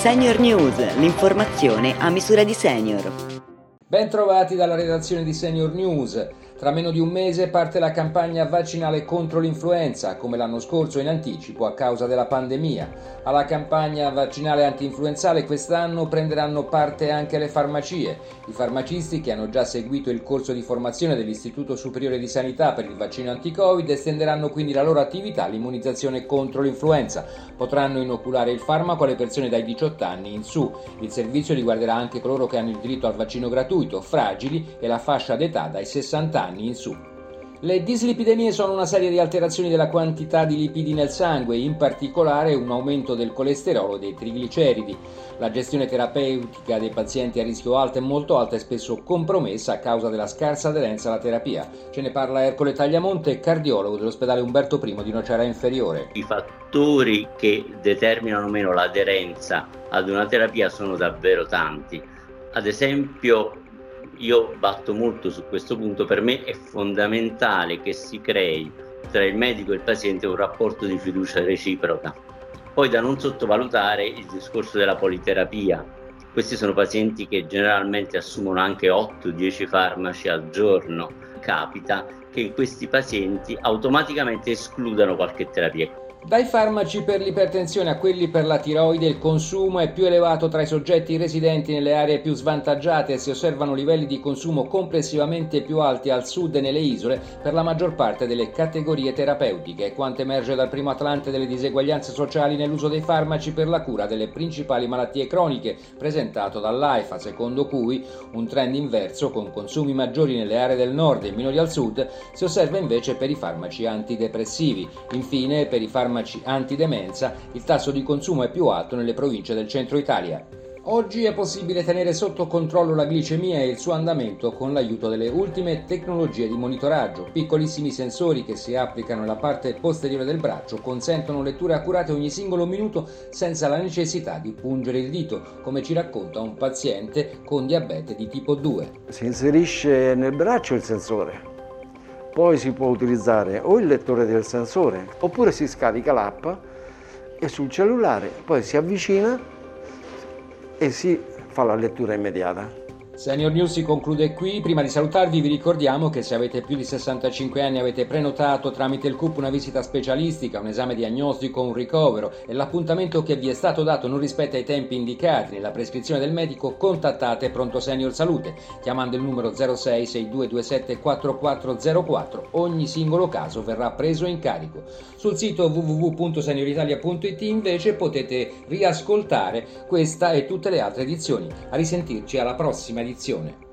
Senior News, l'informazione a misura di senior. Ben trovati dalla redazione di Senior News. Tra meno di un mese parte la campagna vaccinale contro l'influenza, come l'anno scorso in anticipo a causa della pandemia. Alla campagna vaccinale anti-influenzale quest'anno prenderanno parte anche le farmacie. I farmacisti che hanno già seguito il corso di formazione dell'Istituto Superiore di Sanità per il vaccino anti-Covid estenderanno quindi la loro attività all'immunizzazione contro l'influenza. Potranno inoculare il farmaco alle persone dai 18 anni in su. Il servizio riguarderà anche coloro che hanno il diritto al vaccino gratuito, fragili e la fascia d'età dai 60 anni in su. Le dislipidemie sono una serie di alterazioni della quantità di lipidi nel sangue, in particolare un aumento del colesterolo e dei trigliceridi. La gestione terapeutica dei pazienti a rischio alto e molto alto è spesso compromessa a causa della scarsa aderenza alla terapia. Ce ne parla Ercole Tagliamonte, cardiologo dell'ospedale Umberto I di Nocera Inferiore. I fattori che determinano meno l'aderenza ad una terapia sono davvero tanti. Ad esempio, io batto molto su questo punto, per me è fondamentale che si crei tra il medico e il paziente un rapporto di fiducia reciproca. Poi da non sottovalutare il discorso della politerapia. Questi sono pazienti che generalmente assumono anche 8-10 farmaci al giorno. Capita che questi pazienti automaticamente escludano qualche terapia. Dai farmaci per l'ipertensione a quelli per la tiroide il consumo è più elevato tra i soggetti residenti nelle aree più svantaggiate e si osservano livelli di consumo complessivamente più alti al sud e nelle isole per la maggior parte delle categorie terapeutiche, quanto emerge dal primo Atlante delle diseguaglianze sociali nell'uso dei farmaci per la cura delle principali malattie croniche, presentato dall'AIFA, secondo cui un trend inverso con consumi maggiori nelle aree del nord e minori al sud si osserva invece per i farmaci antidepressivi. Infine, per i farmaci antidemenza il tasso di consumo è più alto nelle province del centro Italia. Oggi è possibile tenere sotto controllo la glicemia e il suo andamento con l'aiuto delle ultime tecnologie di monitoraggio. Piccolissimi sensori che si applicano nella parte posteriore del braccio consentono letture accurate ogni singolo minuto senza la necessità di pungere il dito, come ci racconta un paziente con diabete di tipo 2. Si inserisce nel braccio il sensore. Poi si può utilizzare o il lettore del sensore oppure si scarica l'app e sul cellulare poi si avvicina e si fa la lettura immediata. Senior News si conclude qui. Prima di salutarvi vi ricordiamo che se avete più di 65 anni avete prenotato tramite il CUP una visita specialistica, un esame diagnostico, un ricovero e l'appuntamento che vi è stato dato non rispetta i tempi indicati nella prescrizione del medico, contattate Pronto Senior Salute chiamando il numero 06 6227 4404. Ogni singolo caso verrà preso in carico. Sul sito www.senioritalia.it invece potete riascoltare questa e tutte le altre edizioni. A risentirci alla prossima edizione.